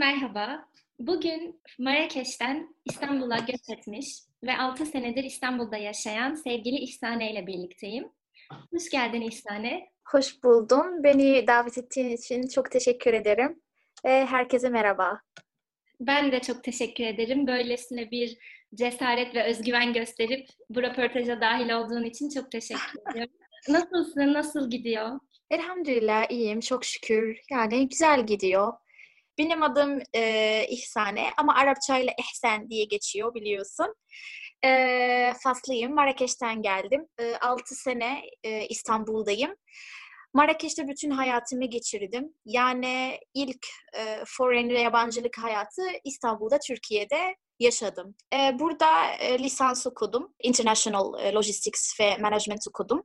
Merhaba. Bugün Marrakeş'ten İstanbul'a göç etmiş ve 6 senedir İstanbul'da yaşayan sevgili İhsane ile birlikteyim. Hoş geldin İhsane. Hoş buldum. Beni davet ettiğin için çok teşekkür ederim. Ve herkese merhaba. Ben de çok teşekkür ederim. Böylesine bir cesaret ve özgüven gösterip bu röportaja dahil olduğun için çok teşekkür ediyorum. Nasılsın? Nasıl gidiyor? Elhamdülillah iyiyim, çok şükür. Yani güzel gidiyor. Benim adım İhsane ama Arapçayla İhsan diye geçiyor biliyorsun. Faslıyım, Marrakeş'ten geldim. 6 sene İstanbul'dayım. Marrakeş'te bütün hayatımı geçirdim. Yani ilk foreign ve yabancılık hayatı İstanbul'da, Türkiye'de yaşadım. Burada lisans okudum. International Logistics ve Management okudum.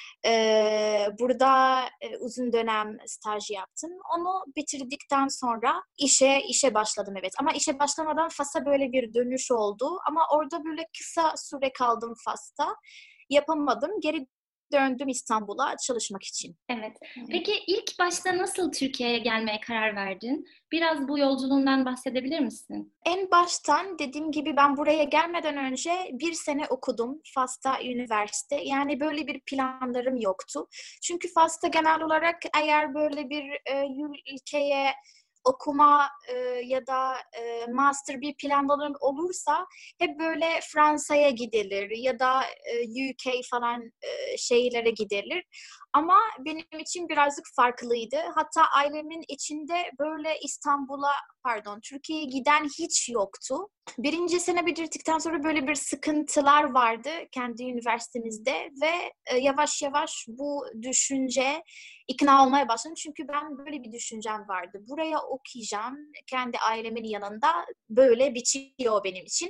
Burada uzun dönem staj yaptım. Onu bitirdikten sonra işe başladım, evet. Ama işe başlamadan Fas'a böyle bir dönüş oldu. Ama orada böyle kısa süre kaldım Fas'ta. Yapamadım. Geri döndüm İstanbul'a çalışmak için. Evet. Peki ilk başta nasıl Türkiye'ye gelmeye karar verdin? Biraz bu yolculuğundan bahsedebilir misin? En baştan dediğim gibi ben buraya gelmeden önce bir sene okudum Fas'ta üniversite. Yani böyle bir planlarım yoktu. Çünkü Fas'ta genel olarak eğer böyle bir ülkeye okuma ya da master bir planların olursa hep böyle Fransa'ya gidilir ya da UK falan şeylere gidilir. Ama benim için birazcık farklıydı. Hatta ailemin içinde böyle Türkiye'ye giden hiç yoktu. Birinci sene bitirdikten sonra böyle bir sıkıntılar vardı kendi üniversitemizde ve yavaş yavaş bu düşünce ikna olmaya başladım. Çünkü ben böyle bir düşüncem vardı. Buraya okuyacağım, kendi ailemin yanında böyle bitiyor benim için.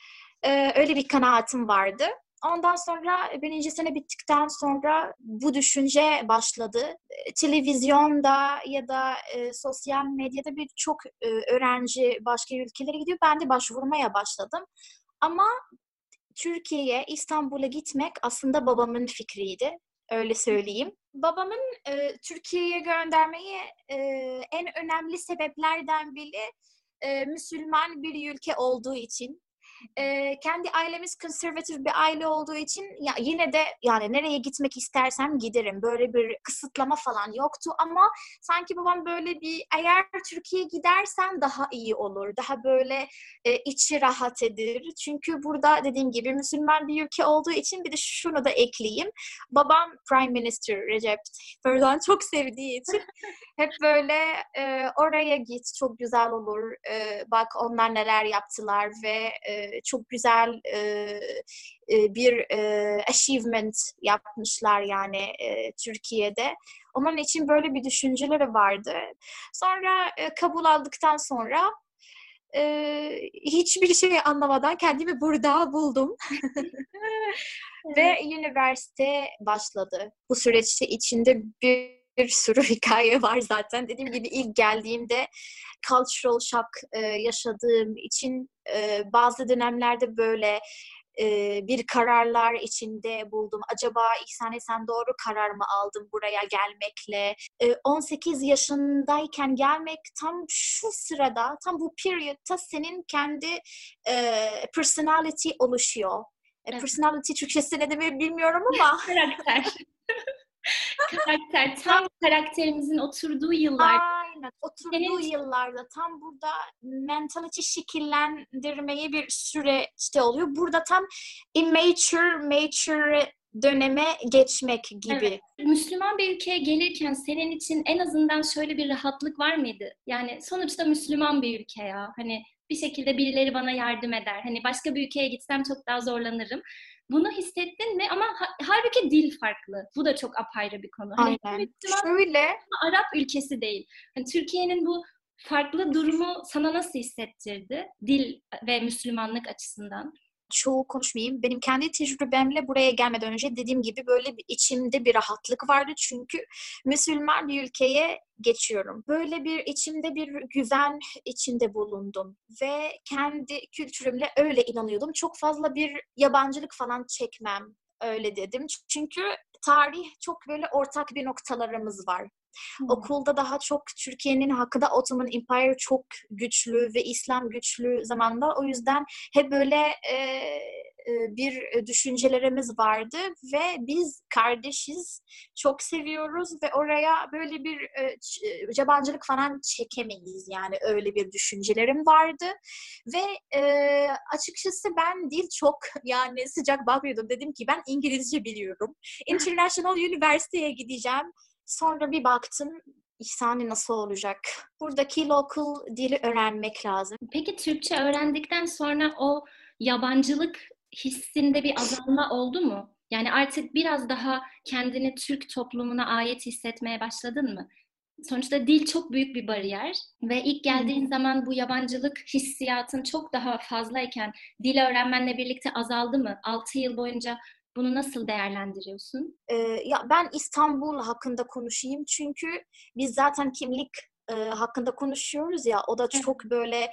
Öyle bir kanaatim vardı. Ondan sonra birinci sene bittikten sonra bu düşünce başladı. Televizyonda ya da sosyal medyada birçok öğrenci başka ülkelere gidiyor. Ben de başvurmaya başladım. Ama Türkiye'ye, İstanbul'a gitmek aslında babamın fikriydi. Öyle söyleyeyim. Babamın Türkiye'ye göndermeyi e, en önemli sebeplerden biri Müslüman bir ülke olduğu için. Kendi ailemiz konservatif bir aile olduğu için ya yine de yani nereye gitmek istersem giderim. Böyle bir kısıtlama falan yoktu ama sanki babam böyle bir eğer Türkiye'ye gidersen daha iyi olur. Daha böyle içi rahat edilir. Çünkü burada dediğim gibi Müslüman bir ülke olduğu için bir de şunu da ekleyeyim. Babam Prime Minister Recep Tayyip Erdoğan çok sevdiği için hep böyle oraya git çok güzel olur. Bak onlar neler yaptılar ve çok güzel bir achievement yapmışlar yani Türkiye'de. Onun için böyle bir düşünceleri vardı. Sonra kabul aldıktan sonra hiçbir şey anlamadan kendimi burada buldum. Evet. Ve üniversite başladı. Bu süreçte içinde bir sürü hikaye var zaten. Dediğim gibi ilk geldiğimde cultural shock yaşadığım için bazı dönemlerde böyle bir kararlar içinde buldum. Acaba İhsane sen doğru karar mı aldın buraya gelmekle? 18 yaşındayken gelmek tam şu sırada, tam bu periodta senin kendi personality oluşuyor. Evet. Personality Türkçesi ne demek bilmiyorum ama Karakter. Karakter. Tam karakterimizin oturduğu yıllar. aynen oturduğu Senin yıllarda tam burada mentality şekillendirmeyi bir süreçte oluyor. Burada tam mature döneme geçmek evet. gibi. Müslüman bir ülkeye gelirken senin için en azından şöyle bir rahatlık var mıydı? Yani sonuçta Müslüman bir ülke ya. Hani bir şekilde birileri bana yardım eder. Hani başka bir ülkeye gitsem çok daha zorlanırım. Bunu hissettin mi? Ama halbuki dil farklı. Bu da çok apayrı bir konu. Hani Aynen. Müslüman Şöyle ama Arap ülkesi değil. Hani Türkiye'nin bu farklı durumu sana nasıl hissettirdi? Dil ve Müslümanlık açısından. çoğu konuşmayayım. Benim kendi tecrübemle buraya gelmeden önce dediğim gibi böyle bir içimde bir rahatlık vardı. Çünkü Müslüman bir ülkeye geçiyorum. Böyle bir içimde bir güven içinde bulundum. Ve kendi kültürümle öyle inanıyordum. Çok fazla bir yabancılık falan çekmem. Öyle dedim. Çünkü tarih çok böyle ortak bir noktalarımız var. Okulda daha çok Türkiye'nin hakkında Ottoman Empire çok güçlü ve İslam güçlü zamanda. O yüzden hep böyle bir düşüncelerimiz vardı ve biz kardeşiz, çok seviyoruz ve oraya böyle bir yabancılık falan çekemeyiz, yani öyle bir düşüncelerim vardı ve açıkçası ben dil çok yani sıcak bakmıyordum. Dedim ki ben İngilizce biliyorum. International University'ye gideceğim. Sonra bir baktım, İhsani nasıl olacak? Buradaki local dili öğrenmek lazım. Peki Türkçe öğrendikten sonra o yabancılık hissinde bir azalma oldu mu? Yani artık biraz daha kendini Türk toplumuna ait hissetmeye başladın mı? Sonuçta dil çok büyük bir bariyer ve ilk geldiğin zaman bu yabancılık hissiyatın çok daha fazlayken dil öğrenmenle birlikte azaldı mı? 6 yıl boyunca bunu nasıl değerlendiriyorsun? Ya ben İstanbul hakkında konuşayım çünkü biz zaten kimlik hakkında konuşuyoruz ya, o da çok böyle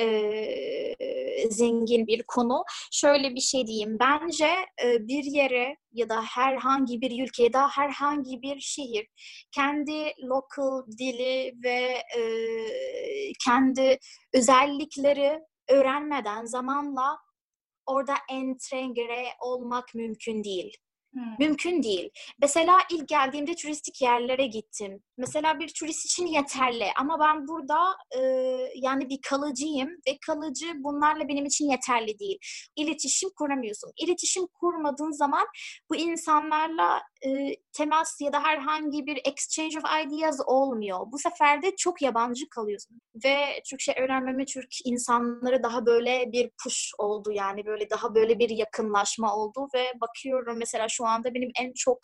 zengin bir konu. Şöyle bir şey diyeyim, bence bir yere ya da herhangi bir ülkede, herhangi bir şehir kendi local dili ve kendi özellikleri öğrenmeden zamanla orada entegre olmak mümkün değil. Hmm. Mümkün değil. Mesela ilk geldiğimde turistik yerlere gittim. Mesela bir turist için yeterli ama ben burada yani bir kalıcıyım ve kalıcı bunlarla benim için yeterli değil. İletişim kuramıyorsun. İletişim kurmadığın zaman bu insanlarla temas ya da herhangi bir exchange of ideas olmuyor. Bu sefer de çok yabancı kalıyorsun. Ve Türkçe öğrenmeme Türk insanları daha böyle bir push oldu, yani böyle daha böyle bir yakınlaşma oldu ve bakıyorum mesela şu anda benim en çok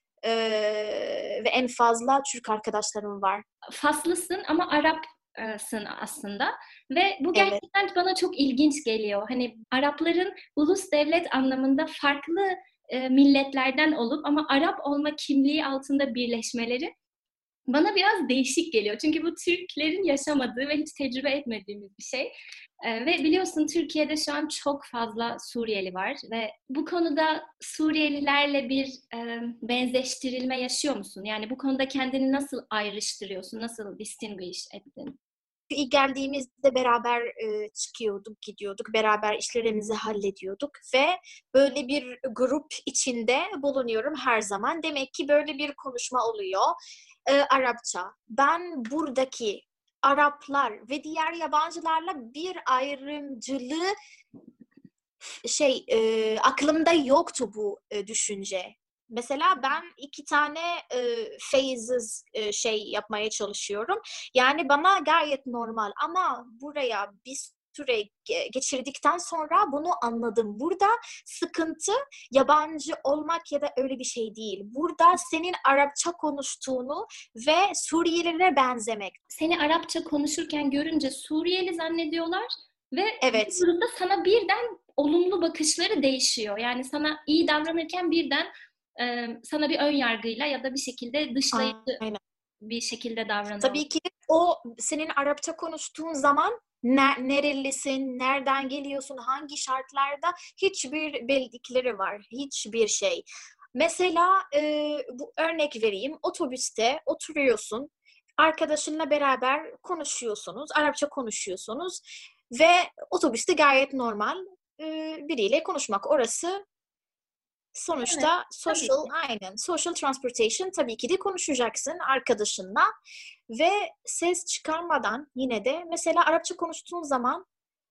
ve en fazla Türk arkadaşlarım var. Faslısın ama Arapsın aslında ve bu Evet. gerçekten bana çok ilginç geliyor. Hani Arapların ulus devlet anlamında farklı milletlerden olup ama Arap olma kimliği altında birleşmeleri bana biraz değişik geliyor. Çünkü bu Türklerin yaşamadığı ve hiç tecrübe etmediğimiz bir şey. Ve biliyorsun Türkiye'de şu an çok fazla Suriyeli var ve bu konuda Suriyelilerle bir benzeştirilme yaşıyor musun? Yani bu konuda kendini nasıl ayrıştırıyorsun, nasıl distinguish ettin? İlk geldiğimizde beraber çıkıyorduk, gidiyorduk, beraber işlerimizi hallediyorduk ve böyle bir grup içinde bulunuyorum her zaman. Demek ki böyle bir konuşma oluyor. Arapça. Ben buradaki Araplar ve diğer yabancılarla bir ayrımcılığı aklımda yoktu bu düşünce. Mesela ben iki tane phases yapmaya çalışıyorum. Yani bana gayet normal ama buraya bir süre geçirdikten sonra bunu anladım. Burada sıkıntı yabancı olmak ya da öyle bir şey değil. Burada senin Arapça konuştuğunu ve Suriyelilere benzemek. Seni Arapça konuşurken görünce Suriyeli zannediyorlar ve bu Evet. durumda sana birden olumlu bakışları değişiyor. Yani sana iyi davranırken birden sana bir ön yargıyla ya da bir şekilde dışlayıcı Aynen. bir şekilde davranıyorlar. Tabii ki o senin Arapça konuştuğun zaman nerelisin, nereden geliyorsun, hangi şartlarda hiçbir bildikleri var, hiçbir şey. Mesela bu örnek vereyim, otobüste oturuyorsun, arkadaşınla beraber konuşuyorsunuz, Arapça konuşuyorsunuz ve otobüste gayet normal biriyle konuşmak. Orası Evet, sonuçta tabii social, ki. aynen social transportation, tabii ki de konuşacaksın arkadaşınla ve ses çıkarmadan yine de mesela Arapça konuştuğun zaman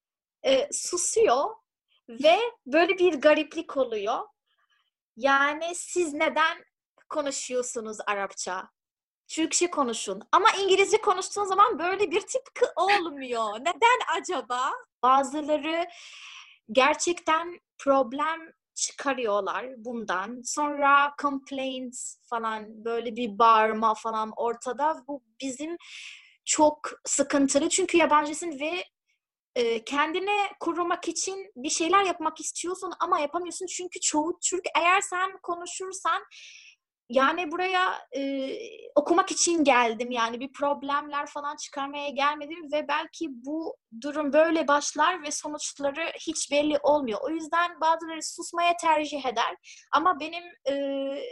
susuyor ve böyle bir gariplik oluyor. Yani siz neden konuşuyorsunuz Arapça? Türkçe konuşun. Ama İngilizce konuştuğun zaman böyle bir tip olmuyor. Neden acaba? Bazıları gerçekten problem çıkarıyorlar bundan. Sonra complaints falan, böyle bir bağırma falan ortada. Bu bizim çok sıkıntılı. Çünkü yabancısın ve kendine korumak için bir şeyler yapmak istiyorsun ama yapamıyorsun çünkü çoğu Türk. Eğer sen konuşursan, yani buraya okumak için geldim, yani bir problemler falan çıkarmaya gelmedim ve belki bu durum böyle başlar ve sonuçları hiç belli olmuyor. O yüzden bazıları susmaya tercih eder ama benim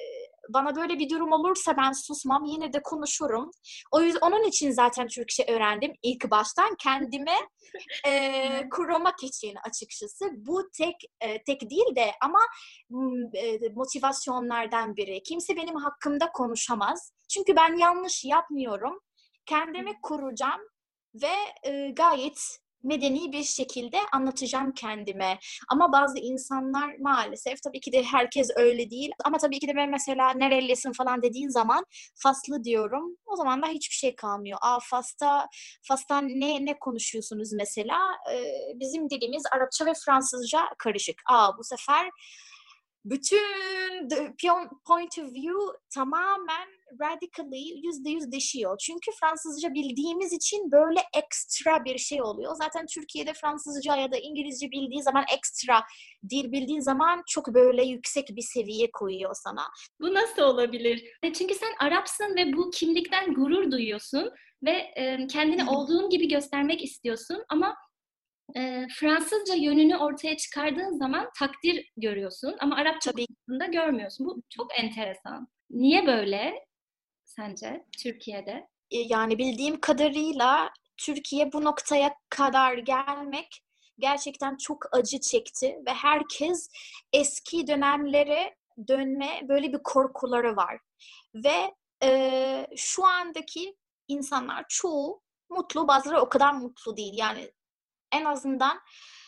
bana böyle bir durum olursa ben susmam, yine de konuşurum. O yüzden onun için zaten Türkçe öğrendim ilk baştan, kendime korumak için açıkçası. Bu tek değil de ama motivasyonlardan biri. Kimse benim hakkımda konuşamaz. Çünkü ben yanlış yapmıyorum. Kendimi koruyacağım ve gayet medeni bir şekilde anlatacağım kendime. Ama bazı insanlar maalesef, tabii ki de herkes öyle değil. Ama tabii ki de ben mesela nerelisin falan dediğin zaman Faslı diyorum. O zaman da hiçbir şey kalmıyor. Fas'tan ne konuşuyorsunuz mesela? Bizim dilimiz Arapça ve Fransızca karışık. Bu sefer bütün point of view tamamen radically %100 değişiyor. Çünkü Fransızca bildiğimiz için böyle ekstra bir şey oluyor. Zaten Türkiye'de Fransızca ya da İngilizce bildiği zaman, ekstra dil bildiğin zaman çok böyle yüksek bir seviye koyuyor sana. Bu nasıl olabilir? Çünkü sen Arapsın ve bu kimlikten gurur duyuyorsun ve kendini olduğun gibi göstermek istiyorsun ama Fransızca yönünü ortaya çıkardığın zaman takdir görüyorsun ama Arapça konusunda görmüyorsun. Bu çok enteresan. Niye böyle sence Türkiye'de? Yani bildiğim kadarıyla Türkiye bu noktaya kadar gelmek gerçekten çok acı çekti ve herkes eski dönemlere dönme böyle bir korkuları var. Ve şu andaki insanlar çoğu mutlu, bazıları o kadar mutlu değil. Yani en azından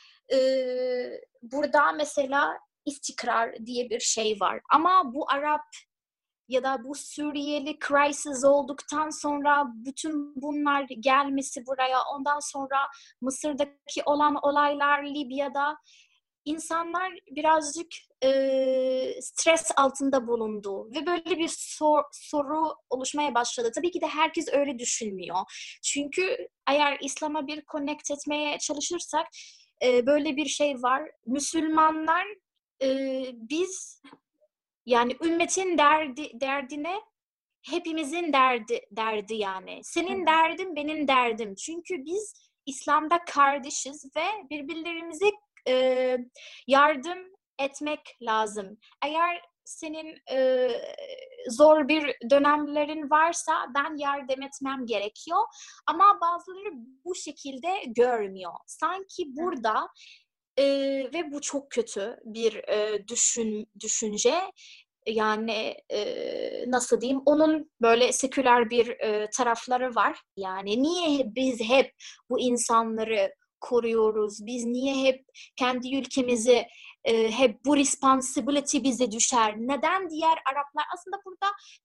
burada mesela istikrar diye bir şey var. Ama bu Arap ya da bu Suriyeli crisis olduktan sonra bütün bunlar gelmesi buraya, ondan sonra Mısır'daki olan olaylar, Libya'da insanlar birazcık stres altında bulundu ve böyle bir soru oluşmaya başladı. Tabii ki de herkes öyle düşünmüyor. Çünkü eğer İslam'a bir connect etmeye çalışırsak böyle bir şey var. Müslümanlar biz, yani ümmetin derdine hepimizin derdi yani. Senin derdin benim derdim. Çünkü biz İslam'da kardeşiz ve birbirlerimize yardım etmek lazım. Eğer senin zor bir dönemlerin varsa ben yardım etmem gerekiyor. Ama bazıları bu şekilde görmüyor. Sanki burada ve bu çok kötü bir düşünce. Yani nasıl diyeyim, onun böyle seküler bir tarafları var. Yani niye biz hep bu insanları koruyoruz? Biz niye hep kendi ülkemizi hep bu responsibility bize düşer? Neden diğer Araplar aslında burada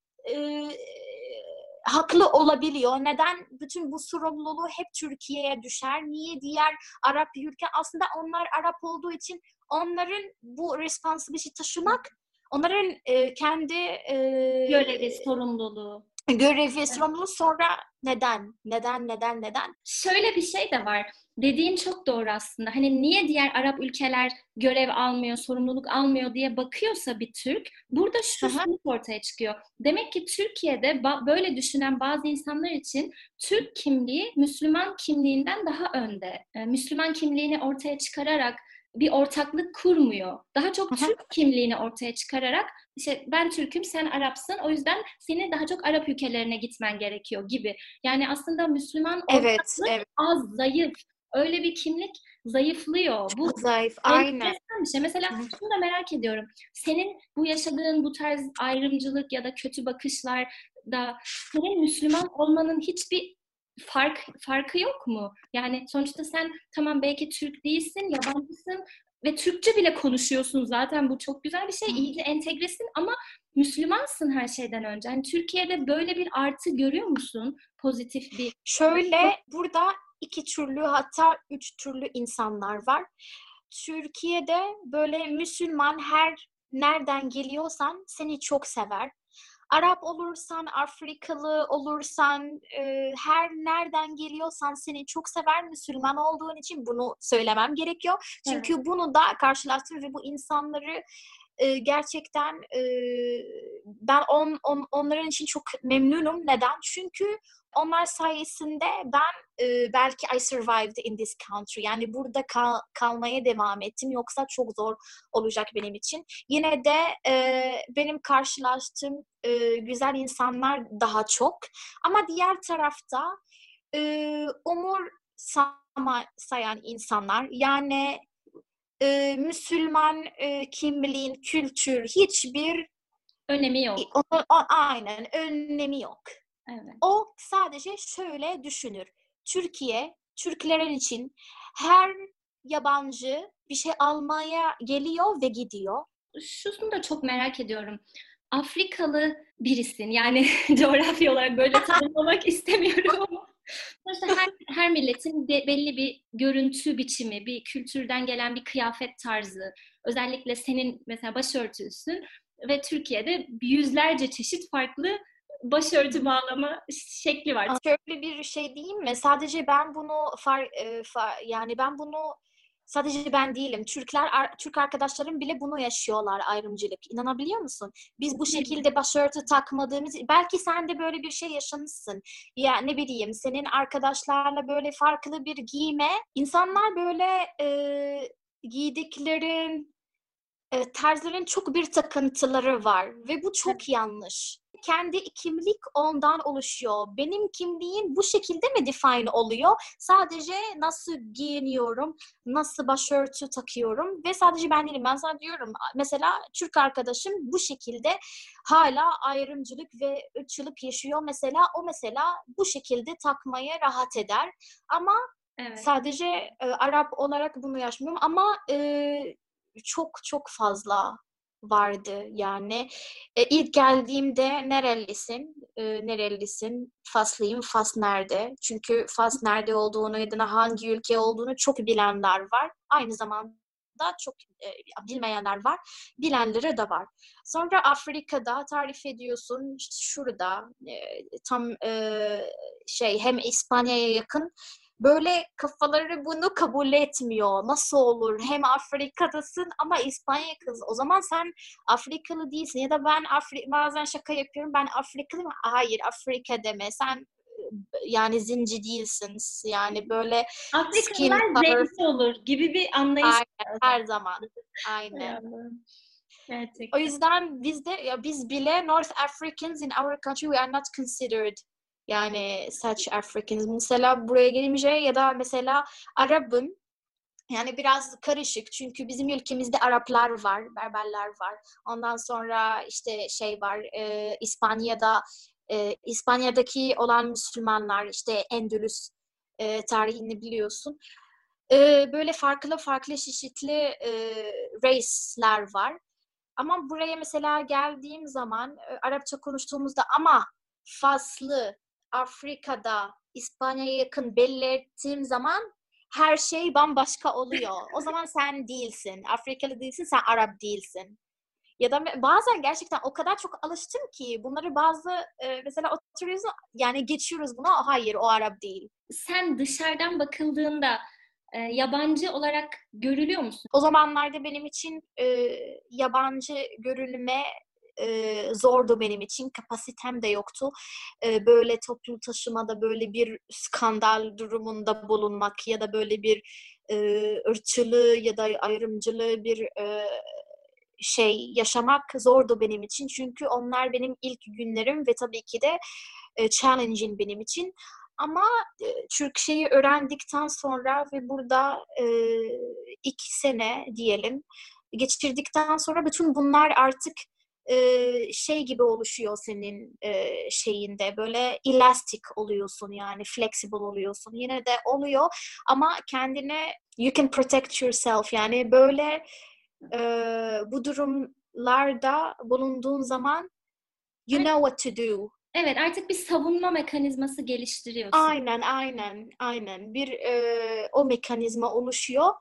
haklı olabiliyor? Neden bütün bu sorumluluğu hep Türkiye'ye düşer? Niye diğer Arap ülke, aslında onlar Arap olduğu için onların bu responsibility taşımak, onların kendi Görevi, sorumluluğu. Görevi, sorumluluğu, sonra neden? Şöyle bir şey de var. Dediğin çok doğru aslında. Hani niye diğer Arap ülkeler görev almıyor, sorumluluk almıyor diye bakıyorsa bir Türk, burada şu sonuç ortaya çıkıyor. Demek ki Türkiye'de böyle düşünen bazı insanlar için Türk kimliği Müslüman kimliğinden daha önde. Müslüman kimliğini ortaya çıkararak bir ortaklık kurmuyor. Daha çok Türk kimliğini ortaya çıkararak işte ben Türk'üm, sen Arapsın, o yüzden senin daha çok Arap ülkelerine gitmen gerekiyor gibi. Yani aslında Müslüman ortaklık az, zayıf. Öyle bir kimlik zayıflıyor. Bu zayıf, aynen. Enteresan bir şey. Mesela şunu da merak ediyorum. Senin bu yaşadığın bu tarz ayrımcılık ya da kötü bakışlar da senin Müslüman olmanın hiçbir farkı yok mu? Yani sonuçta sen tamam belki Türk değilsin, yabancısın ve Türkçe bile konuşuyorsun zaten, bu çok güzel bir şey. İyice entegresin ama Müslümansın her şeyden önce. Yani Türkiye'de böyle bir artı görüyor musun? Pozitif bir... Şöyle, burada 2 türlü, hatta 3 türlü insanlar var. Türkiye'de böyle Müslüman, her nereden geliyorsan seni çok sever. Arap olursan, Afrikalı olursan, her nereden geliyorsan seni çok sever. Müslüman olduğun için bunu söylemem gerekiyor. Çünkü bunu da karşılaştım ve bu insanları gerçekten ben onların için çok memnunum. Neden? Çünkü onlar sayesinde ben belki I survived in this country. Yani burada kalmaya devam ettim. Yoksa çok zor olacak benim için. Yine de benim karşılaştığım güzel insanlar daha çok. Ama diğer tarafta sayan insanlar, yani Müslüman kimliğin, kültür hiçbir Önemi yok. aynen önemi yok. Evet. O sadece şöyle düşünür. Türklerin için her yabancı bir şey almaya geliyor ve gidiyor. Şunu da çok merak ediyorum. Afrikalı birisin. Yani coğrafya olarak böyle tanımlamak istemiyorum ama sonuçta her milletin belli bir görüntü biçimi, bir kültürden gelen bir kıyafet tarzı. Özellikle senin mesela başörtüsün ve Türkiye'de yüzlerce çeşit farklı başörtü bağlama şekli var. Şöyle bir şey diyeyim mi? Sadece ben bunu yani ben bunu sadece ben değilim. Türk arkadaşlarım bile bunu yaşıyorlar, ayrımcılık. İnanabiliyor musun? Biz bu şekilde başörtü takmadığımız, belki sen de böyle bir şey yaşamışsın. Ya ne bileyim, senin arkadaşlarla böyle farklı bir giyime, insanlar böyle giydiklerin tarzların çok bir takıntıları var ve bu çok yanlış. Kendi kimlik ondan oluşuyor. Benim kimliğim bu şekilde mi define oluyor? Sadece nasıl giyiniyorum, nasıl başörtü takıyorum ve sadece ben değilim. Ben sana diyorum, mesela Türk arkadaşım bu şekilde hala ayrımcılık ve ırkçılık yaşıyor. O mesela bu şekilde takmaya rahat eder. Ama Evet. sadece Arap olarak bunu yaşamıyorum ama çok çok fazla vardı yani. İlk geldiğimde nerelisin? Faslıyım. Fas nerede? Çünkü Fas nerede olduğunu ya da hangi ülke olduğunu çok bilenler var. Aynı zamanda çok bilmeyenler var. Bilenleri de var. Sonra Afrika'da tarif ediyorsun, işte şurada tam hem İspanya'ya yakın. Böyle kafaları bunu kabul etmiyor. Nasıl olur? Hem Afrika'dasın ama İspanya kızı. O zaman sen Afrikalı değilsin. Ya da ben bazen şaka yapıyorum. Ben Afrikalıyım. Hayır, Afrika deme. Sen yani zinci değilsin. Yani böyle skin Afrikalılar color. zenci olur gibi bir anlayış. Aynen, her zaman. Aynen. O Gerçekten. yüzden biz bile North Africans in our country, we are not considered. Yani such Africans. Mesela buraya gelince ya da mesela Arap'ım, yani biraz karışık çünkü bizim ülkemizde Araplar var, Berberler var. Ondan sonra işte var, İspanya'daki olan Müslümanlar, işte Endülüs tarihini biliyorsun. Böyle farklı farklı çeşitli race'ler var. Ama buraya mesela geldiğim zaman Arapça konuştuğumuzda ama Faslı, Afrika'da, İspanya'ya yakın belli ettiğim zaman her şey bambaşka oluyor. O zaman sen değilsin, Afrikalı değilsin, sen Arap değilsin. Ya da bazen gerçekten o kadar çok alıştım ki bunları mesela oturuyoruz, yani geçiyoruz bunu, hayır o Arap değil. Sen dışarıdan bakıldığında yabancı olarak görülüyor musun? O zamanlarda benim için yabancı görülme zordu benim için. Kapasitem de yoktu. Böyle toplu taşımada böyle bir skandal durumunda bulunmak ya da böyle bir ırkçılığı ya da ayrımcılığı bir yaşamak zordu benim için. Çünkü onlar benim ilk günlerim ve tabii ki de challenging benim için. Ama Türkçeyi öğrendikten sonra ve burada 2 sene diyelim geçirdikten sonra bütün bunlar artık gibi oluşuyor senin şeyinde. Böyle elastik oluyorsun, yani flexible oluyorsun. Yine de oluyor ama kendine you can protect yourself, yani böyle bu durumlarda bulunduğun zaman you know what to do. Evet, artık bir savunma mekanizması geliştiriyorsun. Aynen. Bir o mekanizma oluşuyor.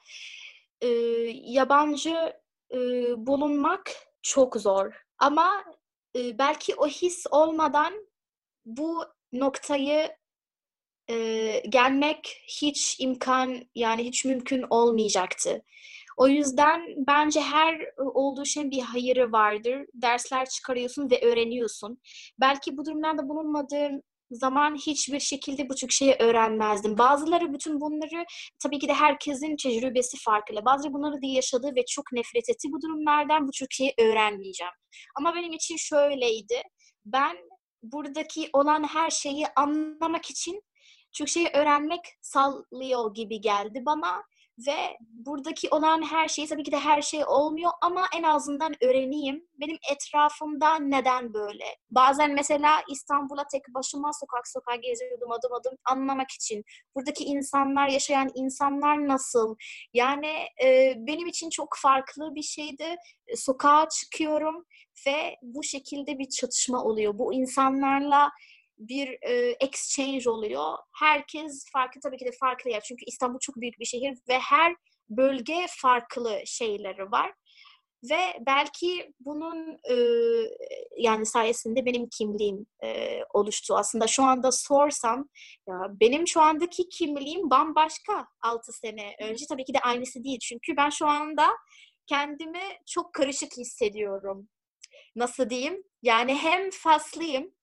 Yabancı bulunmak çok zor. Ama belki o his olmadan bu noktayı gelmek hiç mümkün olmayacaktı. O yüzden bence her olduğu şeyin bir hayırı vardır. Dersler çıkarıyorsun ve öğreniyorsun. Belki bu durumlarda bulunmadığın zaman hiçbir şekilde bu tür şeyi öğrenmezdim. Bazıları bütün bunları, tabii ki de herkesin tecrübesi farklı. Bazıları bunları da yaşadı ve çok nefret etti. Bu durumlardan bu tür şeyi öğrenmeyeceğim. Ama benim için şöyleydi. Ben buradaki olan her şeyi anlamak için Türkçeyi öğrenmek sağlıyor gibi geldi bana. Ve buradaki olan her şey, tabii ki de her şey olmuyor ama en azından öğreneyim. Benim etrafımda neden böyle? Bazen mesela İstanbul'a tek başıma sokak sokak geziyordum adım adım anlamak için. Buradaki insanlar, yaşayan insanlar nasıl? Yani benim için çok farklı bir şeydi. Sokağa çıkıyorum ve bu şekilde bir çatışma oluyor. Bu insanlarla bir exchange oluyor. Herkes farklı, tabii ki de farklı yer. Çünkü İstanbul çok büyük bir şehir ve her bölge farklı şeyleri var. Ve belki bunun yani sayesinde benim kimliğim oluştu. Aslında şu anda sorsam, ya benim şu andaki kimliğim bambaşka 6 sene önce. Tabii ki de aynısı değil. Çünkü ben şu anda kendimi çok karışık hissediyorum. Nasıl diyeyim? Yani hem Faslıyım,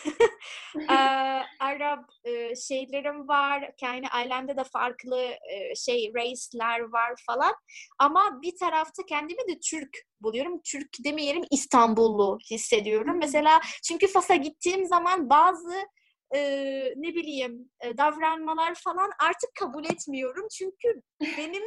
Arap şeylerim var. Kendi ailemde de farklı race'ler var falan. Ama bir tarafta kendimi de Türk buluyorum. Türk demeyelim, İstanbullu hissediyorum. Mesela çünkü Fas'a gittiğim zaman bazı ne bileyim davranmalar falan artık kabul etmiyorum. Çünkü benim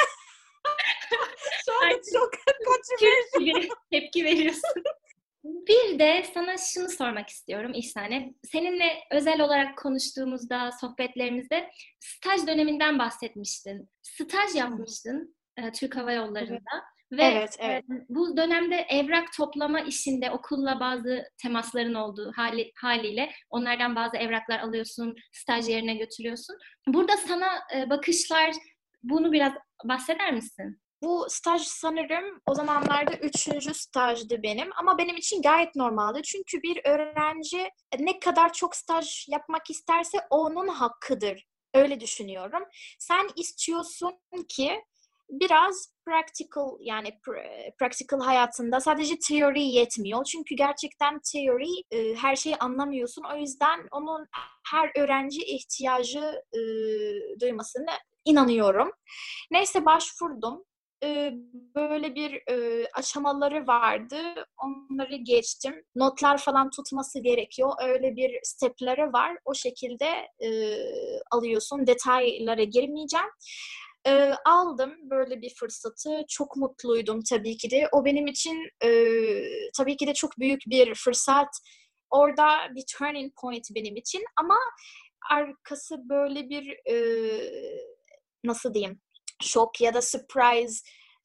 şu anda çok Türk gibi tepki veriyorsun. Bir de sana şunu sormak istiyorum İhsane. Seninle özel olarak konuştuğumuzda, sohbetlerimizde staj döneminden bahsetmiştin. Staj yapmıştın Türk Hava Yolları'nda. Ve Evet. bu dönemde evrak toplama işinde okulla bazı temasların olduğu haliyle onlardan bazı evraklar alıyorsun, staj yerine götürüyorsun. Burada sana bakışlar, bunu biraz bahseder misin? Bu staj sanırım o zamanlarda 3. stajdı benim. Ama benim için gayet normaldi. Çünkü bir öğrenci ne kadar çok staj yapmak isterse onun hakkıdır. Öyle düşünüyorum. Sen istiyorsun ki biraz practical, yani practical hayatında sadece teori yetmiyor. Çünkü gerçekten teori her şeyi anlamıyorsun. O yüzden onun her öğrenci ihtiyacı duymasını inanıyorum. Neyse başvurdum. Böyle bir aşamaları vardı. Onları geçtim. Notlar falan tutması gerekiyor. Öyle bir stepleri var. O şekilde alıyorsun. Detaylara girmeyeceğim. Aldım böyle bir fırsatı. Çok mutluydum tabii ki de. O benim için tabii ki de çok büyük bir fırsat. Orada bir turning point benim için. Ama arkası böyle bir nasıl diyeyim, şok ya da surprise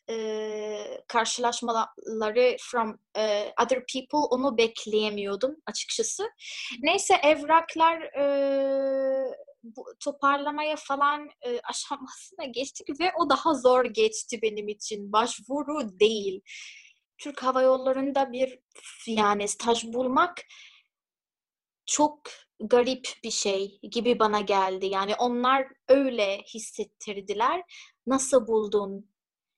karşılaşmaları from other people, onu bekleyemiyordum açıkçası. Neyse evraklar toparlamaya falan aşamasına geçtik ve o daha zor geçti benim için. Başvuru değil. Türk Hava Yolları'nda bir yani staj bulmak çok garip bir şey gibi bana geldi. Yani onlar öyle hissettirdiler. Nasıl buldun?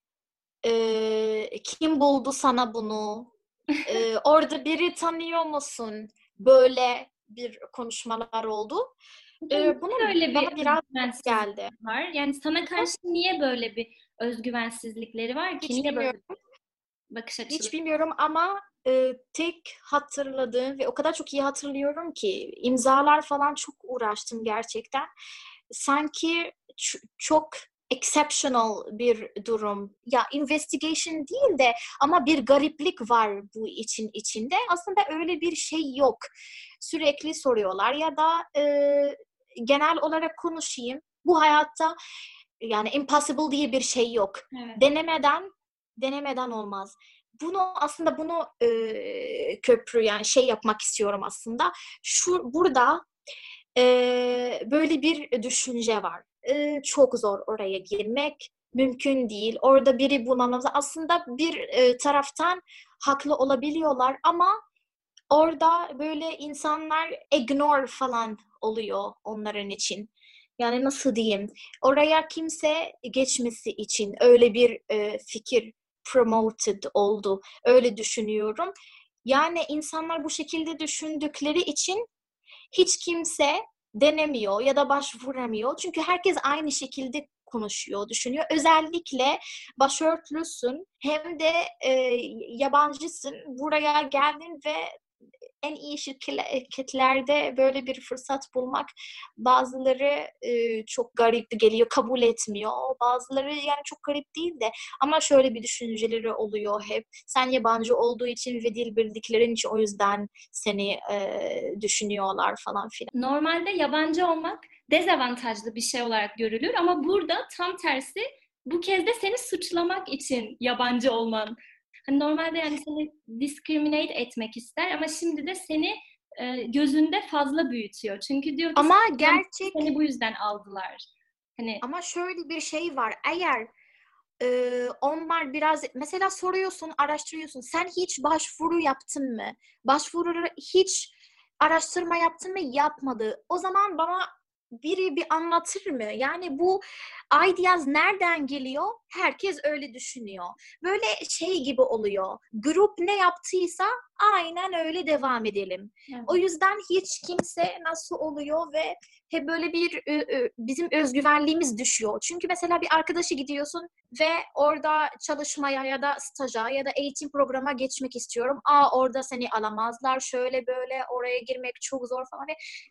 Kim buldu sana bunu? Orada biri tanıyor musun? Böyle bir konuşmalar oldu. Niye Bunun öyle bir bana biraz özgüvensizlik geldi. var? Yani sana karşı niye böyle bir özgüvensizlikleri var ki? Hiç Niye böyle bilmiyorum. bir bakış Hiç açıları? bilmiyorum ama tek hatırladığım ve o kadar çok iyi hatırlıyorum ki imzalar falan çok uğraştım gerçekten. Sanki çok exceptional bir durum. Ya investigation değil de ama bir gariplik var bu için içinde. Aslında öyle bir şey yok. Sürekli soruyorlar ya da genel olarak konuşayım. Bu hayatta yani impossible diye bir şey yok. Evet. Denemeden olmaz. Bunu köprü, yani yapmak istiyorum aslında. Burada böyle bir düşünce var. Çok zor oraya girmek. Mümkün değil. Orada biri bulmamız. Aslında bir taraftan haklı olabiliyorlar ama orada böyle insanlar ignore falan oluyor onların için. yani nasıl diyeyim, oraya kimse geçmesi için öyle bir fikir promoted oldu. Öyle düşünüyorum. Yani insanlar bu şekilde düşündükleri için hiç kimse denemiyor ya da başvuramıyor. Çünkü herkes aynı şekilde konuşuyor, düşünüyor. Özellikle başörtülüsün hem de yabancısın. Buraya geldin ve en iyi şirketlerde böyle bir fırsat bulmak bazıları çok garip geliyor, kabul etmiyor. Bazıları yani çok garip değil de ama şöyle bir düşünceleri oluyor hep. Sen yabancı olduğu için ve dil bildiklerin için o yüzden seni düşünüyorlar falan filan. Normalde yabancı olmak dezavantajlı bir şey olarak görülür ama burada tam tersi, bu kez de seni suçlamak için yabancı olman. Hani normalde yani seni discriminate etmek ister ama şimdi de seni gözünde fazla büyütüyor. Çünkü diyor ki Ama seni bu yüzden aldılar. Hani ama şöyle bir şey var. Eğer onlar biraz mesela soruyorsun, araştırıyorsun. Sen hiç başvuru yaptın mı? Başvuruları hiç araştırma yaptın mı? Yapmadı. O zaman bana biri bir anlatır mı? Yani bu ideas nereden geliyor? Herkes öyle düşünüyor. Böyle şey gibi oluyor. Grup ne yaptıysa aynen öyle devam edelim. evet. O yüzden hiç kimse nasıl oluyor ve hep böyle bir bizim özgüvenliğimiz düşüyor. Çünkü mesela bir arkadaşı gidiyorsun ve orada çalışmaya ya da staja ya da eğitim programa geçmek istiyorum. Orada seni alamazlar, şöyle böyle oraya girmek çok zor falan.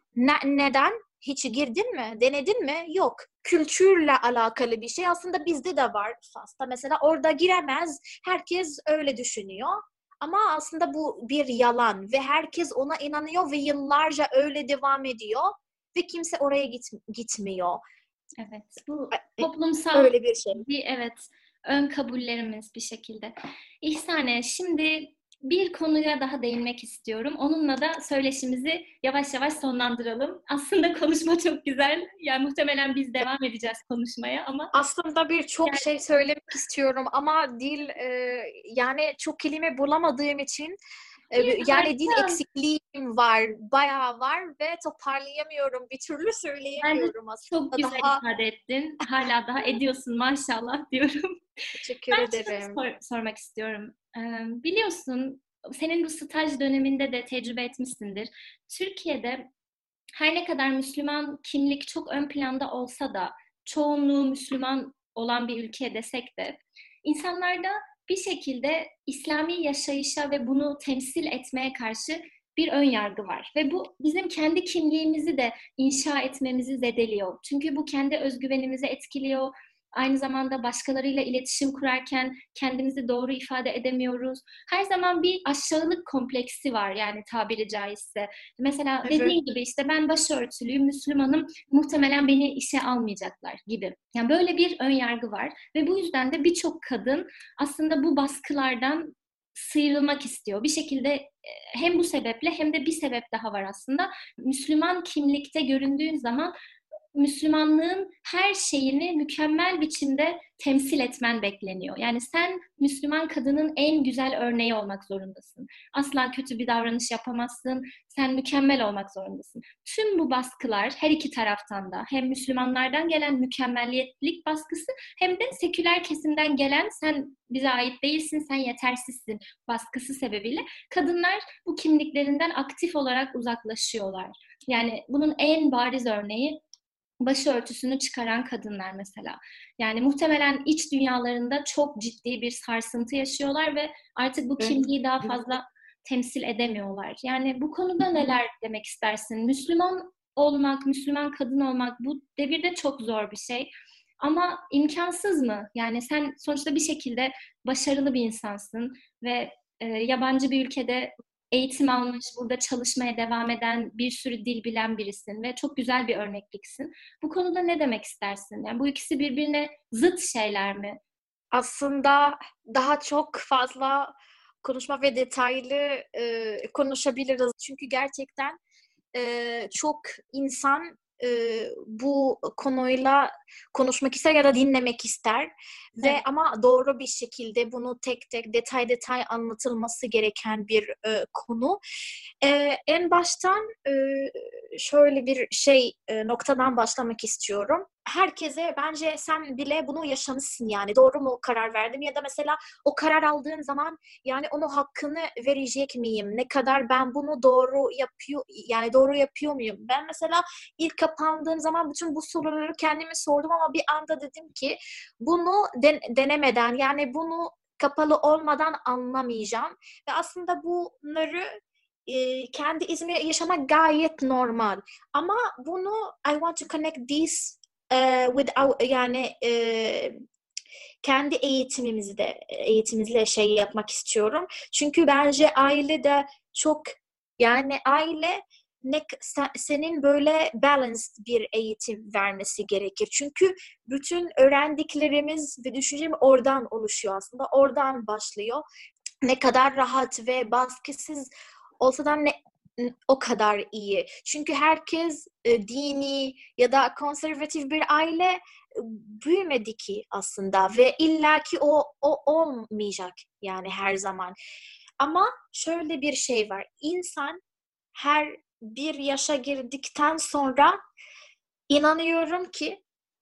Neden? Hiç girdin mi? Denedin mi? Yok. Kültürle alakalı bir şey. Aslında bizde de var Fas'ta. Mesela orada giremez. Herkes öyle düşünüyor. Ama aslında bu bir yalan ve herkes ona inanıyor ve yıllarca öyle devam ediyor ve kimse oraya gitmiyor. Evet, bu toplumsal Öyle bir şey. evet, ön kabullerimiz bir şekilde. İhsane, şimdi bir konuya daha değinmek istiyorum. Onunla da söyleşimizi yavaş yavaş sonlandıralım. Aslında konuşma çok güzel. Yani muhtemelen biz devam edeceğiz konuşmaya ama Aslında birçok şey söylemek istiyorum ama dil yani çok kelime bulamadığım için yani dil harika. eksikliğim var, bayağı var ve toparlayamıyorum. Bir türlü Bence söyleyemiyorum çok aslında. güzel Daha ifade ettin. Hala daha ediyorsun maşallah diyorum. teşekkür Ben ederim. şunu sormak istiyorum. Biliyorsun, senin bu staj döneminde de tecrübe etmişsindir. Türkiye'de her ne kadar Müslüman kimlik çok ön planda olsa da, çoğunluğu Müslüman olan bir ülke desek de, insanlarda bir şekilde İslami yaşayışa ve bunu temsil etmeye karşı bir ön yargı var. Ve bu bizim kendi kimliğimizi de inşa etmemizi zedeliyor. Çünkü bu kendi özgüvenimizi etkiliyor. Aynı zamanda başkalarıyla iletişim kurarken kendimizi doğru ifade edemiyoruz. Her zaman bir aşağılık kompleksi var, yani tabiri caizse. Mesela Evet. dediğin gibi işte ben başörtülüyüm, Müslümanım, muhtemelen beni işe almayacaklar gibi. Yani böyle bir ön yargı var ve bu yüzden de birçok kadın aslında bu baskılardan sıyrılmak istiyor. Bir şekilde hem bu sebeple hem de bir sebep daha var aslında. Müslüman kimlikte göründüğün zaman Müslümanlığın her şeyini mükemmel biçimde temsil etmen bekleniyor. Yani sen Müslüman kadının en güzel örneği olmak zorundasın. Asla kötü bir davranış yapamazsın. Sen mükemmel olmak zorundasın. Tüm bu baskılar her iki taraftan da, hem Müslümanlardan gelen mükemmelliyetlik baskısı hem de seküler kesimden gelen sen bize ait değilsin, sen yetersizsin baskısı sebebiyle kadınlar bu kimliklerinden aktif olarak uzaklaşıyorlar. Yani bunun en bariz örneği başörtüsünü çıkaran kadınlar mesela. Yani muhtemelen iç dünyalarında çok ciddi bir sarsıntı yaşıyorlar ve artık bu Evet. kimliği daha fazla temsil edemiyorlar. Yani bu konuda neler demek istersin? Müslüman olmak, Müslüman kadın olmak bu devirde çok zor bir şey. Ama imkansız mı? Yani sen sonuçta bir şekilde başarılı bir insansın ve yabancı bir ülkede eğitim almış, burada çalışmaya devam eden, bir sürü dil bilen birisin ve çok güzel bir örnekliksin. Bu konuda ne demek istersin? Yani bu ikisi birbirine zıt şeyler mi? Aslında daha çok fazla konuşma ve detaylı konuşabiliriz. Çünkü gerçekten çok insan bu konuyla konuşmak ister ya da dinlemek ister ve ama doğru bir şekilde bunu tek tek detay anlatılması gereken bir konu. En baştan şöyle bir noktadan başlamak istiyorum. Herkese bence sen bile bunu yaşamışsın yani doğru mu karar verdim ya da mesela o karar aldığın zaman yani onu hakkını verecek miyim? Ne kadar ben bunu doğru yapıyor muyum? Ben mesela ilk kapandığım zaman bütün bu soruları kendime sordum ama bir anda dedim ki bunu denemeden yani bunu kapalı olmadan anlamayacağım ve aslında bunları kendi izime yaşamak gayet normal. Ama bunu I want to connect this yani kendi eğitimimizle yapmak istiyorum. Çünkü bence aile de çok yani aile senin böyle balanced bir eğitim vermesi gerekir. Çünkü bütün öğrendiklerimiz ve düşüncem oradan oluşuyor aslında. Oradan başlıyor. Ne kadar rahat ve baskısız olsa da o kadar iyi. Çünkü herkes dini ya da konservatif bir aile büyümedi ki aslında ve illaki o olmayacak yani her zaman. Ama şöyle bir şey var. İnsan her bir yaşa girdikten sonra inanıyorum ki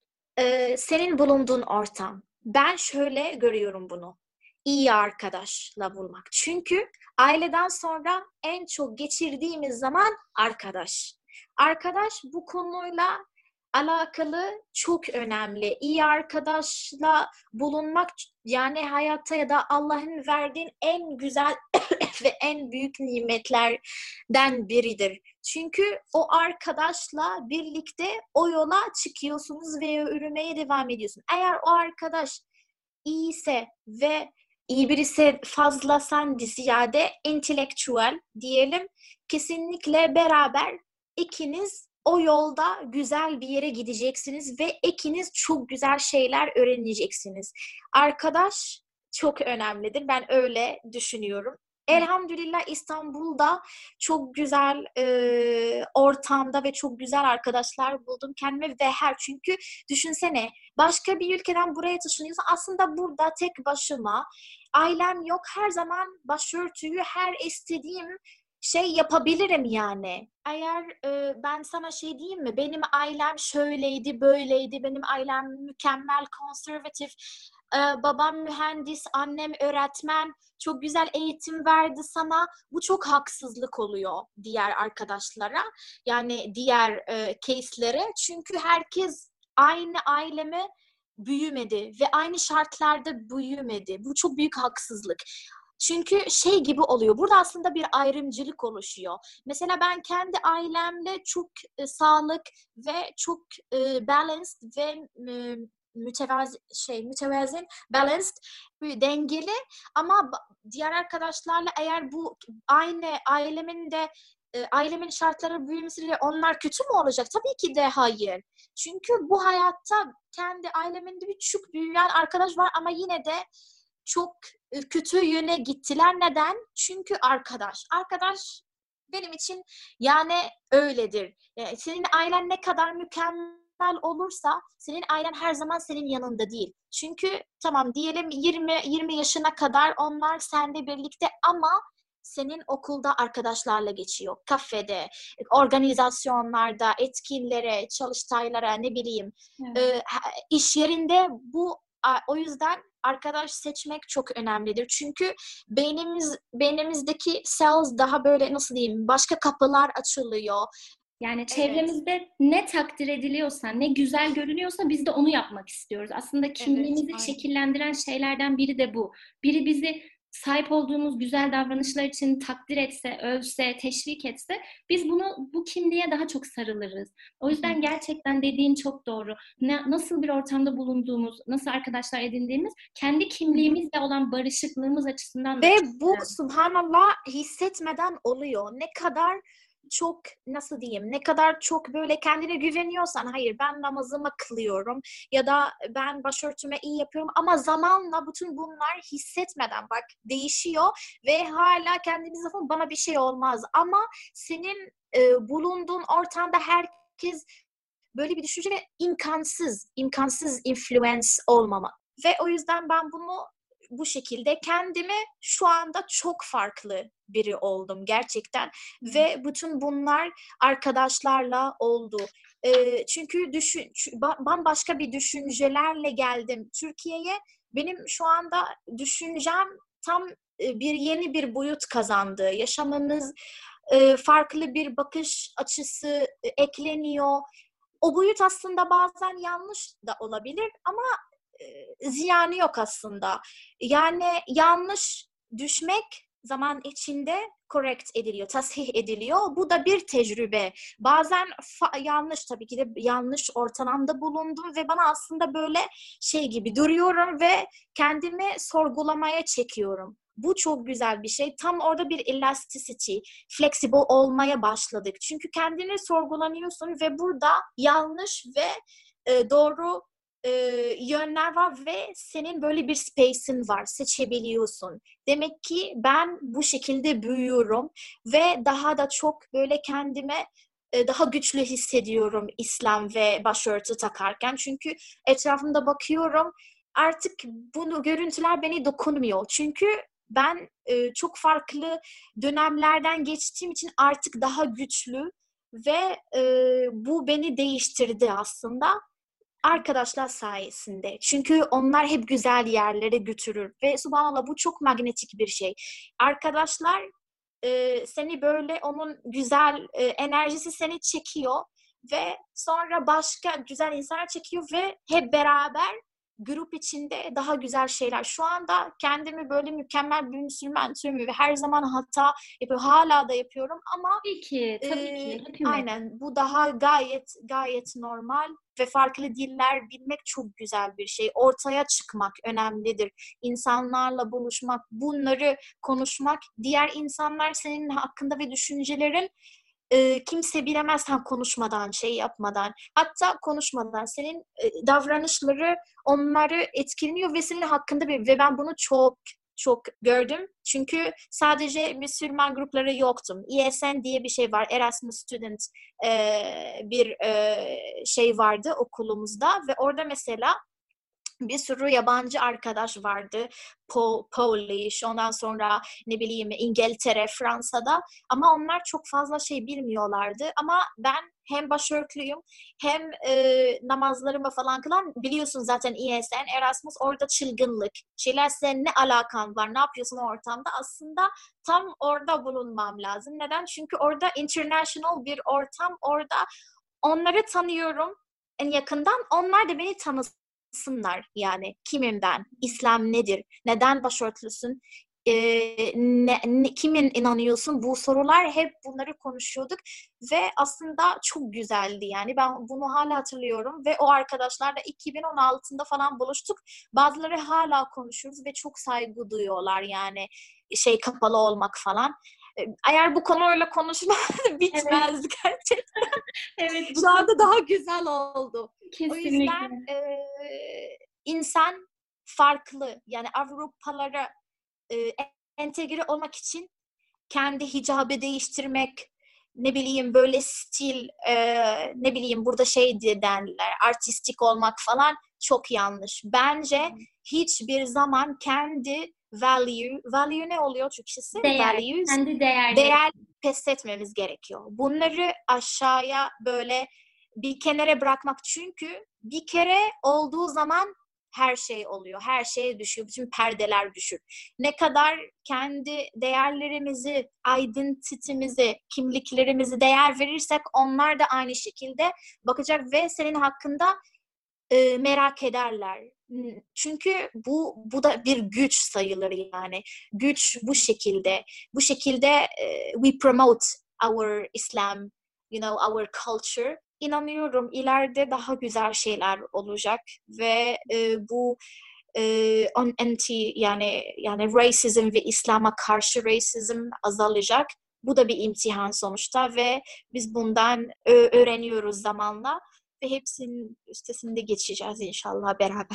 senin bulunduğun ortam. Ben şöyle görüyorum bunu. İyi arkadaşla bulmak. Çünkü aileden sonra en çok geçirdiğimiz zaman arkadaş. Arkadaş bu konuyla alakalı çok önemli. İyi arkadaşla bulunmak yani hayatta ya da Allah'ın verdiğin en güzel ve en büyük nimetlerden biridir. Çünkü o arkadaşla birlikte o yola çıkıyorsunuz ve yürümeye devam ediyorsun. Eğer o arkadaş iyiyse ve iyi birisi fazla sen ziyade entelektüel diyelim kesinlikle beraber ikiniz o yolda güzel bir yere gideceksiniz ve ikiniz çok güzel şeyler öğreneceksiniz. Arkadaş çok önemlidir. Ben öyle düşünüyorum. Elhamdülillah İstanbul'da çok güzel ortamda ve çok güzel arkadaşlar buldum kendime ve çünkü düşünsene başka bir ülkeden buraya taşınıyorsun aslında burada tek başıma ailem yok her zaman başörtüyü her istediğim yapabilirim yani. Eğer ben sana diyeyim mi? Benim ailem şöyleydi, böyleydi. Benim ailem mükemmel, konservatif. Babam mühendis, annem öğretmen. Çok güzel eğitim verdi sana. Bu çok haksızlık oluyor diğer arkadaşlara. Yani diğer case'lere. Çünkü herkes aynı aileme büyümedi ve aynı şartlarda büyümedi. Bu çok büyük haksızlık. Çünkü gibi oluyor. Burada aslında bir ayrımcılık oluşuyor. Mesela ben kendi ailemle çok sağlık ve çok balanced ve mütevazın, balanced, dengeli ama diğer arkadaşlarla eğer bu aynı ailemin şartları büyümesiyle onlar kötü mü olacak? Tabii ki de hayır. Çünkü bu hayatta kendi ailemin de bir çok büyüyen arkadaş var ama yine de çok kötü yöne gittiler. Neden? Çünkü arkadaş. Arkadaş benim için yani öyledir. Yani senin ailen ne kadar mükemmel olursa senin ailen her zaman senin yanında değil. Çünkü tamam diyelim 20 yaşına kadar onlar seninle birlikte ama senin okulda arkadaşlarla geçiyor. Kafede, organizasyonlarda, etkinlere, çalıştaylara ne bileyim. Evet. İş yerinde o yüzden arkadaş seçmek çok önemlidir. Çünkü beynimizdeki cells daha böyle nasıl diyeyim başka kapılar açılıyor. Yani çevremizde ne takdir ediliyorsa, ne güzel görünüyorsa biz de onu yapmak istiyoruz. Aslında kimliğimizi şekillendiren şeylerden biri de bu. Biri bizi sahip olduğumuz güzel davranışlar için takdir etse, övse, teşvik etse biz bu kimliğe daha çok sarılırız. O yüzden gerçekten dediğin çok doğru. Nasıl bir ortamda bulunduğumuz, nasıl arkadaşlar edindiğimiz, kendi kimliğimizle olan barışıklığımız açısından da ve çok bu önemli. subhanallah hissetmeden oluyor. Ne kadar çok nasıl diyeyim ne kadar çok böyle kendine güveniyorsan hayır ben namazımı kılıyorum ya da ben başörtüme iyi yapıyorum ama zamanla bütün bunlar hissetmeden bak değişiyor ve hala kendimize bana bir şey olmaz ama senin bulunduğun ortamda herkes böyle bir düşünce ve imkansız influence olmama. Ve o yüzden ben bunu bu şekilde kendimi şu anda çok farklı biri oldum gerçekten. Ve bütün bunlar arkadaşlarla oldu. Çünkü bambaşka bir düşüncelerle geldim Türkiye'ye. Benim şu anda düşüncem tam yeni bir boyut kazandı. Yaşamımız farklı bir bakış açısı ekleniyor. O boyut aslında bazen yanlış da olabilir ama ziyanı yok aslında. Yani yanlış düşmek zaman içinde correct ediliyor, tasih ediliyor. Bu da bir tecrübe. Bazen yanlış, tabii ki de yanlış ortamda bulundum ve bana aslında böyle şey gibi duruyorum ve kendimi sorgulamaya çekiyorum. Bu çok güzel bir şey. Tam orada bir elasticity, flexible olmaya başladık. Çünkü kendini sorgulanıyorsun ve burada yanlış ve doğru yönler var ve senin böyle bir space'in var, seçebiliyorsun. Demek ki ben bu şekilde büyüyorum ve daha da çok böyle kendime daha güçlü hissediyorum İslam ve başörtü takarken. Çünkü etrafımda bakıyorum, artık bunu görüntüler beni dokunmuyor. Çünkü ben çok farklı dönemlerden geçtiğim için artık daha güçlü ve bu beni değiştirdi aslında. Arkadaşlar sayesinde. Çünkü onlar hep güzel yerlere götürür. Ve subhanallah bu çok magnetik bir şey. Arkadaşlar seni böyle onun güzel enerjisi seni çekiyor ve sonra başka güzel insanlar çekiyor ve hep beraber grup içinde daha güzel şeyler. Şu anda kendimi böyle mükemmel bir Müslüman türümü ve her zaman hata yapıyorum. Hala da yapıyorum ama Tabii ki. Hepimiz. aynen bu daha gayet normal ve farklı diller bilmek çok güzel bir şey. Ortaya çıkmak önemlidir. İnsanlarla buluşmak, bunları konuşmak, diğer insanlar senin hakkında ve düşüncelerin kimse bilemez sen konuşmadan, şey yapmadan. Hatta konuşmadan senin davranışları onları etkiliyor ve senin hakkında ve ben bunu çok gördüm. Çünkü sadece Müslüman grupları yoktum. ESN diye bir şey var. Erasmus Student bir şey vardı okulumuzda ve orada mesela bir sürü yabancı arkadaş vardı. Polish, ondan sonra ne bileyim İngiltere, Fransa'da. Ama onlar çok fazla şey bilmiyorlardı. Ama ben hem başörtülüyüm hem namazlarımı falan kılan biliyorsun zaten ESN, Erasmus orada çılgınlık. Şeyler senin ne alakan var, ne yapıyorsun o ortamda? Aslında tam orada bulunmam lazım. Neden? Çünkü orada international bir ortam. Orada onları tanıyorum en yakından. Onlar da beni tanısın. Yani kimim ben, İslam nedir, neden başörtülüsün, kimin inanıyorsun, bu sorular hep bunları konuşuyorduk ve aslında çok güzeldi yani ben bunu hala hatırlıyorum ve o arkadaşlarla 2016'da falan buluştuk, bazıları hala konuşuyoruz ve çok saygı duyuyorlar yani şey kapalı olmak falan. Eğer bu konuyla konuşmaz bitmez evet. Gerçekten. Evet, şu anda daha güzel oldu. Kesinlikle. O yüzden insan farklı yani Avrupalara entegre olmak için kendi hicabı değiştirmek, ne bileyim böyle stil, ne bileyim burada şey denler, artistik olmak falan çok yanlış. Bence hiçbir zaman kendi value ne oluyor Türkçesi? Values. Kendi değer pes etmemiz gerekiyor. Bunları aşağıya böyle bir kenara bırakmak çünkü bir kere olduğu zaman her şey oluyor. Her şey düşüyor. Bütün perdeler düşür. Ne kadar kendi değerlerimizi, identity'mizi, kimliklerimizi değer verirsek onlar da aynı şekilde bakacak ve senin hakkında merak ederler. Çünkü bu da bir güç sayılır yani. Güç bu şekilde. Bu şekilde we promote our Islam, our culture. İnanıyorum ileride daha güzel şeyler olacak ve bu anti yani racism ve İslam'a karşı racism azalacak. Bu da bir imtihan sonuçta ve biz bundan öğreniyoruz zamanla ve hepsinin üstesinde geçeceğiz inşallah beraber.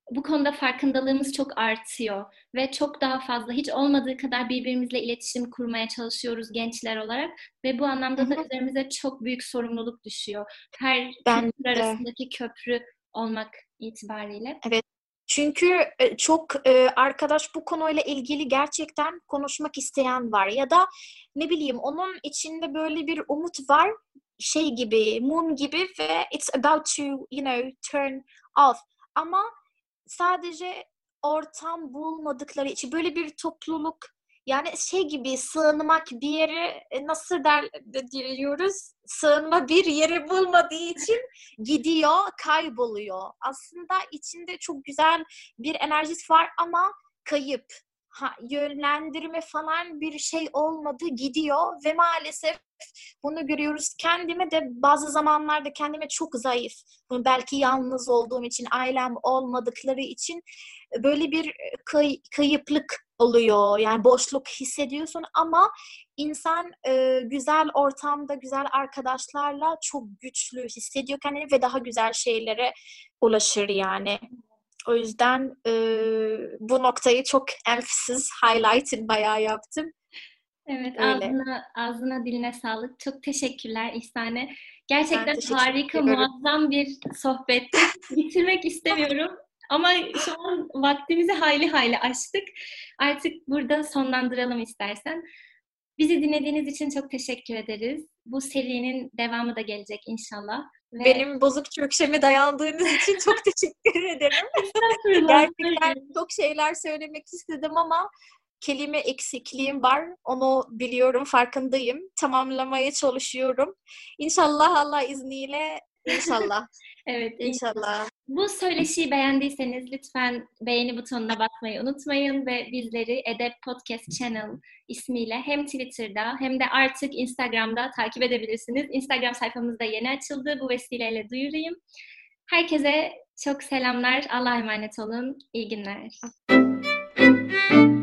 bu konuda farkındalığımız çok artıyor ve çok daha fazla, hiç olmadığı kadar birbirimizle iletişim kurmaya çalışıyoruz gençler olarak ve bu Hı anlamda da hı. üzerimize çok büyük sorumluluk düşüyor. Her Ben kültür de. arasındaki köprü olmak itibariyle. Evet. Çünkü çok arkadaş bu konuyla ilgili gerçekten konuşmak isteyen var. Ya da ne bileyim onun içinde böyle bir umut var. Şey gibi, mum gibi ve it's about to, turn off. Ama sadece ortam bulmadıkları için böyle bir topluluk yani şey gibi sığınmak bir yere diyoruz sığınma bir yeri bulmadığı için gidiyor kayboluyor. Aslında içinde çok güzel bir enerjisi var ama kayıp. Yönlendirme falan bir şey olmadı gidiyor ve maalesef bunu görüyoruz. Kendime de bazı zamanlarda kendime çok zayıf. Belki yalnız olduğum için, ailem olmadıkları için böyle bir kayıplık oluyor. Yani boşluk hissediyorsun ama insan güzel ortamda, güzel arkadaşlarla çok güçlü hissediyor kendini ve daha güzel şeylere ulaşır yani. O yüzden bu noktayı çok emphasis, highlighting bayağı yaptım. Evet, Öyle. ağzına diline sağlık. Çok teşekkürler İhsane. Ben Gerçekten teşekkür harika, ediyorum. muazzam bir sohbetti. Bitirmek istemiyorum ama şu an vaktimizi hayli hayli aştık. Artık burada sonlandıralım istersen. Bizi dinlediğiniz için çok teşekkür ederiz. Bu serinin devamı da gelecek inşallah. Ve Benim bozuk Türkçeme dayandığınız için çok teşekkür ederim. estağfurullah. Gerçekten çok şeyler söylemek istedim ama kelime eksikliğim var. Onu biliyorum, farkındayım. Tamamlamaya çalışıyorum. İnşallah Allah izniyle, inşallah. Evet, İnşallah. bu söyleşiyi beğendiyseniz lütfen beğeni butonuna basmayı unutmayın ve bizleri Edep Podcast Channel ismiyle hem Twitter'da hem de artık Instagram'da takip edebilirsiniz. Instagram sayfamız da yeni açıldı. Bu vesileyle duyurayım. Herkese çok selamlar. Allah'a emanet olun. İyi günler.